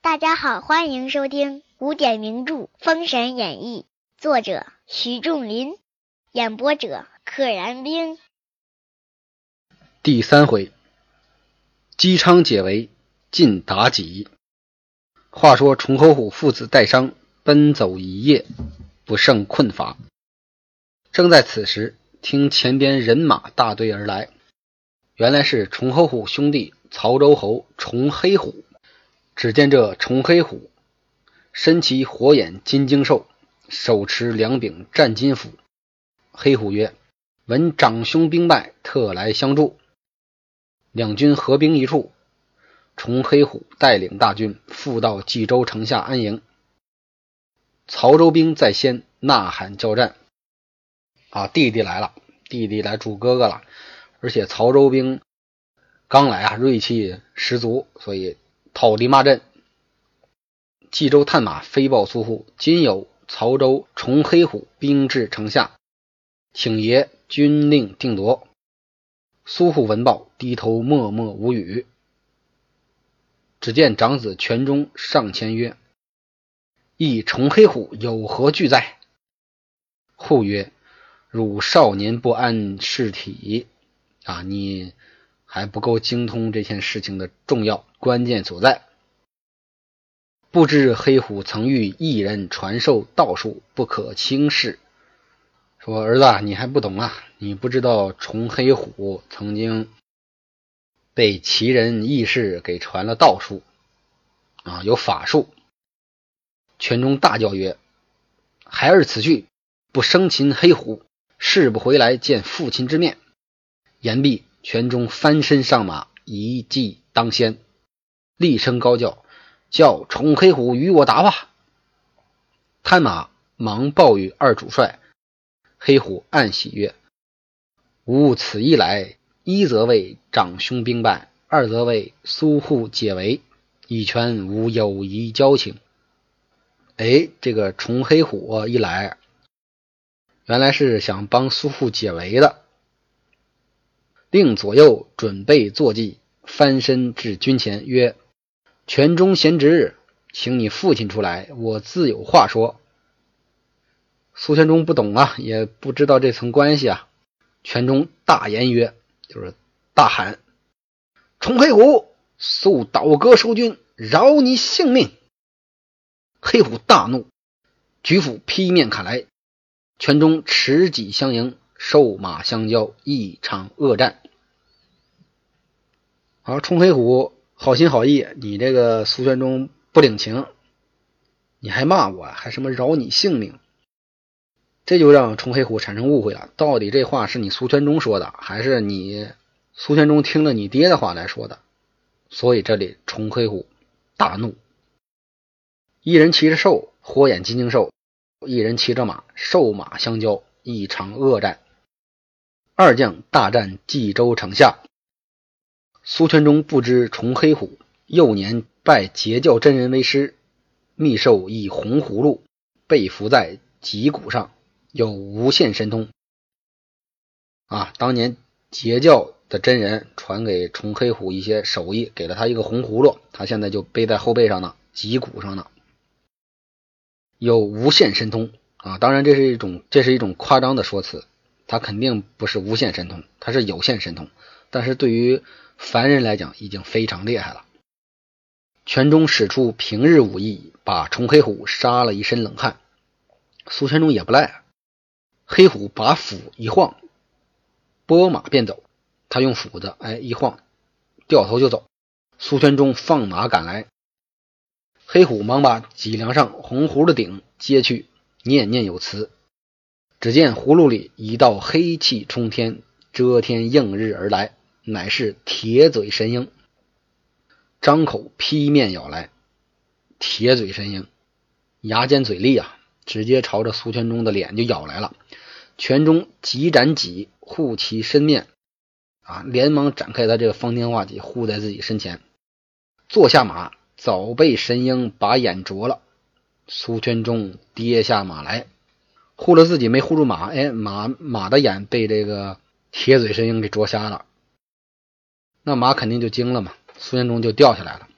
大家好，欢迎收听古典名著《封神演义》，作者徐仲林，演播者可燃冰。 第3回，姬昌解围，进妲己。话说崇侯虎父子带伤，奔走一夜，不胜困乏。正在此时，听前边人马大队而来，原来是崇侯虎兄弟曹州侯崇黑虎。只见这崇黑虎身骑火眼金睛兽，手持两柄战金斧。黑虎曰：闻长兄兵败，特来相助。两军合兵一处，崇黑虎带领大军赴到冀州城下安营。曹州兵在先呐喊交战。弟弟来了，弟弟来助哥哥了。而且曹州兵刚来锐气十足，所以讨敌骂阵。冀州探马飞报苏护，今有曹州崇黑虎兵至城下，请爷军令定夺。苏护闻报，低头默默无语。只见长子全忠上前曰：亦崇黑虎有何惧哉？护曰：汝少年不谙事体你还不够精通这件事情的重要关键所在。不知黑虎曾遇一人传授道术，不可轻视。说儿子你还不懂你不知道崇黑虎曾经被奇人异士给传了道术有法术。全忠大叫曰：孩儿此去不生擒黑虎，誓不回来见父亲之面。言毕，全忠翻身上马，一骑当先，厉声高叫：叫崇黑虎与我答话。探马忙报与二主帅。黑虎暗喜曰：吾此一来，一则为长兄兵败，二则为苏护解围，以全吾友谊交情。这个崇黑虎一来，原来是想帮苏护解围的。令左右准备坐骑，翻身至军前曰：全忠贤侄，请你父亲出来，我自有话说。苏全忠不懂也不知道这层关系全忠大言曰，就是大喊：崇黑虎，速倒戈收军，饶你性命！黑虎大怒，举斧劈面砍来。全忠持戟相迎，兽马相交，一场恶战。崇黑虎好心好意，你这个苏全忠不领情，你还骂我，还什么饶你性命，这就让崇黑虎产生误会了。到底这话是你苏全忠说的，还是你苏全忠听了你爹的话来说的？所以这里崇黑虎大怒。一人骑着兽，火眼金睛兽，一人骑着马，兽马相交，一场恶战。二将大战冀州城下。苏全忠不知崇黑虎幼年拜截教真人为师，密授一红葫芦，被伏在脊骨上，有无限神通当年截教的真人传给崇黑虎一些手艺，给了他一个红葫芦，他现在就背在后背上呢，脊骨上呢，有无限神通当然这是一种夸张的说辞，他肯定不是无限神通，他是有限神通，但是对于凡人来讲已经非常厉害了。全忠使出平日武艺，把崇黑虎杀了一身冷汗。苏全忠也不赖黑虎把斧一晃，拨马便走。他用斧子一晃，掉头就走。苏全忠放马赶来，黑虎忙把脊梁上红葫芦顶揭去，念念有词。只见葫芦里一道黑气冲天，遮天映日而来，乃是铁嘴神鹰。张口劈面咬来，铁嘴神鹰牙尖嘴利直接朝着苏全忠的脸就咬来了。全忠急斩戟护其身面连忙展开他这个方天画戟护在自己身前。坐下马，早被神鹰把眼啄了。苏全忠跌下马来，护了自己没护住马，马的眼被这个铁嘴神鹰给啄瞎了。那马肯定就惊了嘛，苏全忠就掉下来了。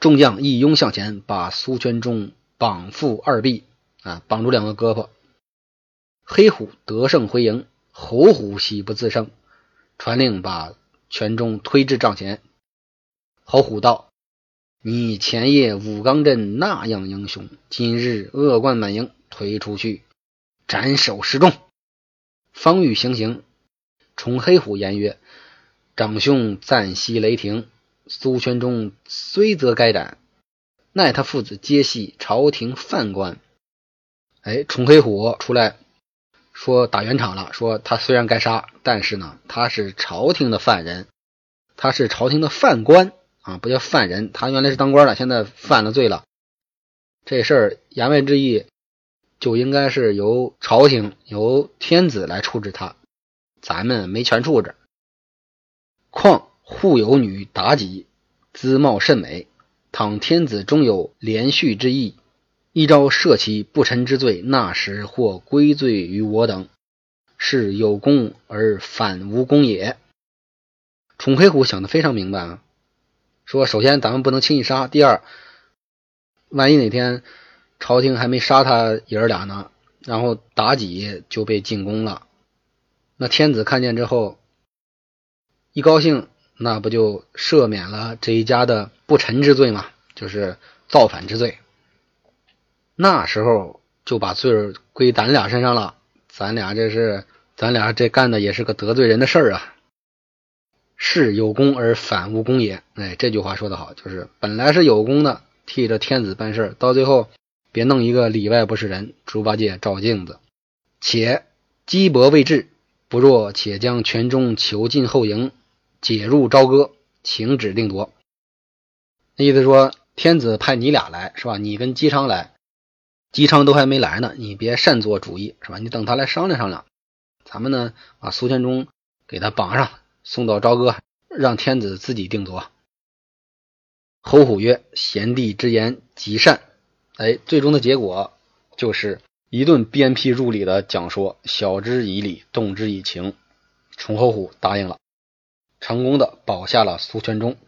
众将一拥向前，把苏全忠绑缚二臂，绑住两个胳膊。黑虎得胜回营，侯虎喜不自胜，传令把全忠推至帐前。侯虎道：你前夜武冈镇那样英雄，今日恶贯满盈，推出去斩首示众。方欲行刑，崇黑虎言曰：长兄赞息雷霆，苏全忠虽则该斩，奈他父子皆系朝廷犯官。崇黑虎出来说打圆场了，说他虽然该杀，但是呢，他是朝廷的犯人，他是朝廷的犯官不叫犯人，他原来是当官的，现在犯了罪了。这事儿言外之意就应该是由朝廷由天子来处置他，咱们没权处置。况护有女妲己，姿貌甚美，倘天子终有连续之意，一朝赦其不臣之罪，那时或归罪于我等，是有功而反无功也。崇黑虎想得非常明白说首先咱们不能轻易杀，第二万一哪天朝廷还没杀他爷儿俩呢，然后妲己就被进宫了，那天子看见之后一高兴，那不就赦免了这一家的不臣之罪吗？就是造反之罪。那时候就把罪归咱俩身上了，咱俩这干的也是个得罪人的事儿是有功而反无功也。这句话说得好，就是本来是有功的，替着天子办事，到最后别弄一个里外不是人，猪八戒照镜子。且机薄未至，不若且将全忠囚禁后营，解入朝歌，请旨定夺。那意思说天子派你俩来是吧？你跟姬昌来，姬昌都还没来呢，你别擅作主意是吧？你等他来商量商量，咱们呢把苏全忠给他绑上，送到朝歌，让天子自己定夺。侯虎曰：贤弟之言极善。最终的结果就是一顿鞭辟入里的讲说，晓之以理，动之以情。崇侯虎答应了，成功的保下了苏全忠。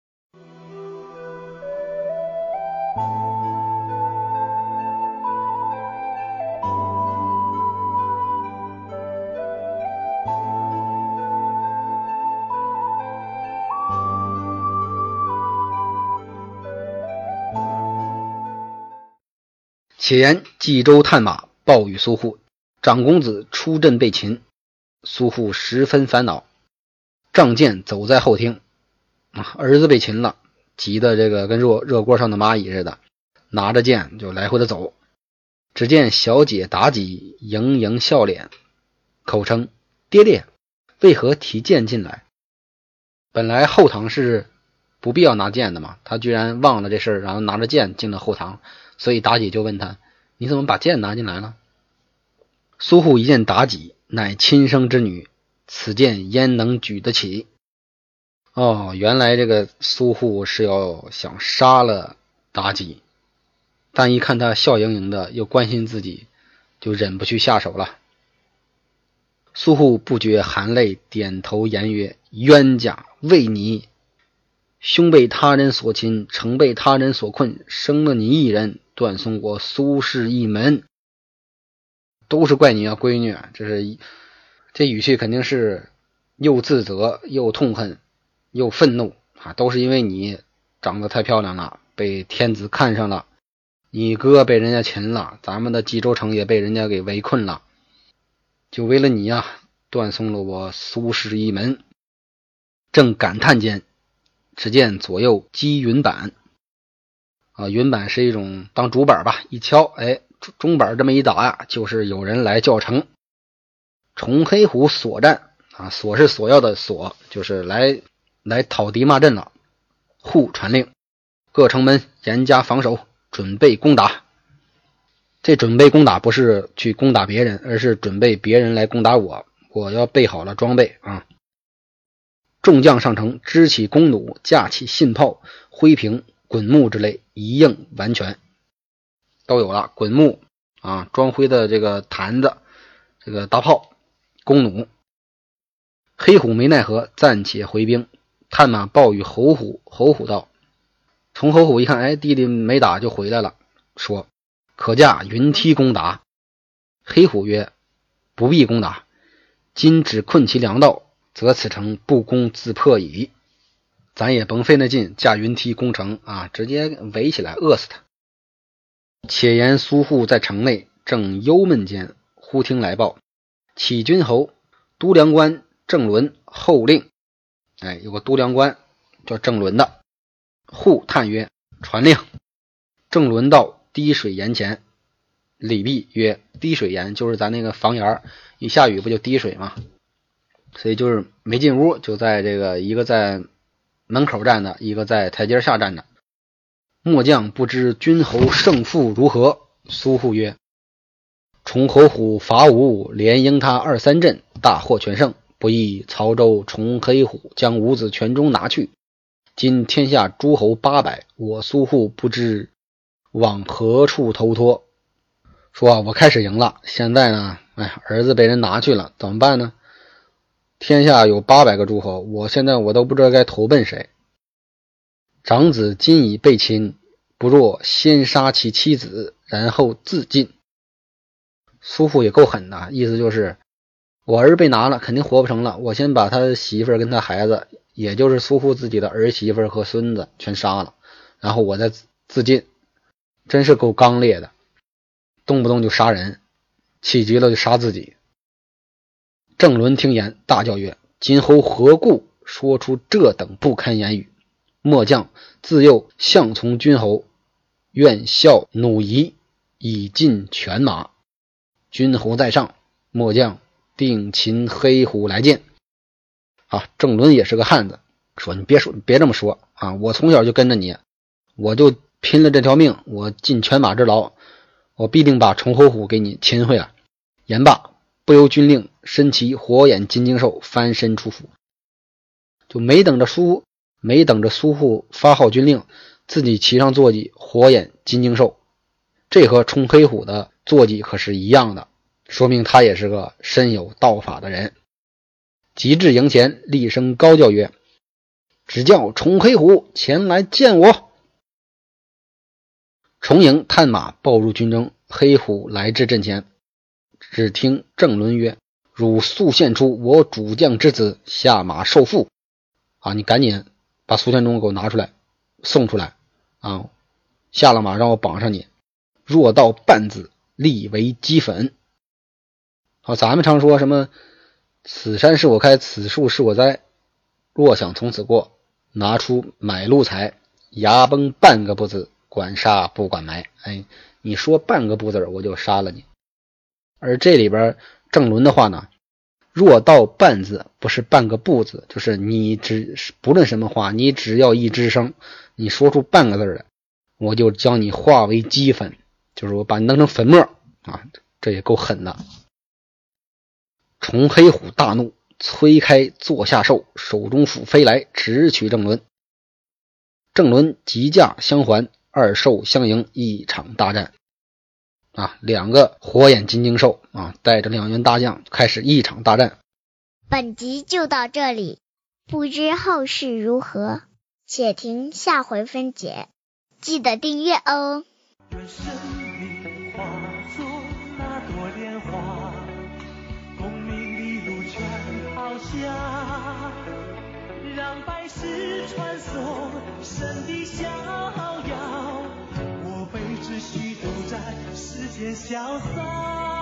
且言冀州探马报与苏护，长公子出阵被擒，苏护十分烦恼，仗剑走在后厅儿子被擒了，急得这个跟热锅上的蚂蚁似的，拿着剑就来回的走。只见小姐妲己盈盈笑脸，口称：爹爹为何提剑进来？本来后堂是不必要拿剑的嘛，他居然忘了这事儿，然后拿着剑进了后堂，所以妲己就问他：你怎么把剑拿进来了？苏护一见妲己乃亲生之女，此剑焉能举得起？原来这个苏护是要想杀了妲己，但一看他笑盈盈的，又关心自己，就忍不去下手了。苏护不觉含泪，点头言曰：冤家为你，兄被他人所侵，城被他人所困，生了你一人，断送我苏氏一门，都是怪你闺女。这语气肯定是又自责又痛恨又愤怒都是因为你长得太漂亮了，被天子看上了，你哥被人家擒了，咱们的冀州城也被人家给围困了，就为了你断送了我苏氏一门。正感叹间，只见左右击云板云板是一种当竹板吧，一敲钟板这么一打就是有人来叫城。崇黑虎所战所是所要的所，就是来讨敌骂阵了。护传令，各城门严加防守，准备攻打。这准备攻打不是去攻打别人，而是准备别人来攻打我，我要备好了装备众将上城，支起弓弩，架起信炮、灰瓶、滚木之类，一应完全都有了。滚木装灰的这个坛子，这个大炮、弓弩。黑虎没奈何，暂且回兵。探马报与侯虎道： 崇侯虎一看，哎，弟弟没打就回来了，说可驾云梯攻打。黑虎曰不必攻打，今只困其粮道，则此城不攻自破矣。咱也甭费那劲架云梯攻城啊，直接围起来饿死他。且言苏护在城内正忧闷间，忽听来报，启军侯都梁官郑伦后令。有个都梁官叫郑伦的。护叹曰传令。郑伦到滴水岩前，礼毕曰滴水岩就是咱那个房檐，一下雨不就滴水吗？所以就是没进屋，就在这个一个在门口站着，一个在台阶下站着。末将不知君侯胜负如何？苏护曰崇侯虎伐吴，连赢他2、3阵，大获全胜，不意曹州崇黑虎将伍子全中拿去，今天下诸侯800，我苏护不知往何处投托。说我开始赢了，现在呢儿子被人拿去了，怎么办呢？天下有800个诸侯，我现在都不知道该投奔谁。长子今已被擒，不若先杀其妻子，然后自尽。苏护也够狠的，意思就是我儿被拿了，肯定活不成了，我先把他媳妇儿跟他孩子，也就是苏护自己的儿媳妇和孙子全杀了，然后我再自尽。真是够刚烈的，动不动就杀人，气急了就杀自己。郑伦听言，大叫曰今侯何故说出这等不堪言语？末将自幼相从君侯，愿效弩仪，以尽犬马。君侯在上，末将定擒黑虎来见。郑伦也是个汉子，说你别这么说啊！我从小就跟着你，我就拼了这条命，我尽犬马之劳，我必定把崇侯虎给你擒回来。言罢，不由军令身骑火眼金睛兽翻身出府。就没等着苏护发号军令，自己骑上坐骑火眼金睛兽，这和崇黑虎的坐骑可是一样的，说明他也是个身有道法的人。急至营前，厉声高叫曰只叫崇黑虎前来见我。重营探马报入军中，黑虎来至阵前，只听郑伦曰汝速献出我主将之子，下马受缚。你赶紧把苏全忠给我拿出来送出来下了马让我绑上你，若到半子，立为齑粉。咱们常说什么此山是我开，此树是我栽，若想从此过，拿出买路财，牙崩半个不字，管杀不管埋。你说半个不字我就杀了你。而这里边郑伦的话呢，若到半字不是半个不字，就是你不论什么话，你只要一吱声，你说出半个字来，我就将你化为齑粉，就是我把你弄成粉末这也够狠的。崇黑虎大怒，催开坐下兽，手中斧飞来，直取郑伦。郑伦急驾相还，二兽相迎，一场大战。两个火眼金睛兽带着2员大将开始一场大战。 本集就到这里，不知后事如何，且听下回分解。记得订阅哦。 愿生命化作那朵莲花，功名利禄全抛下，让百世传颂神的逍遥，我辈只需都在世间潇洒。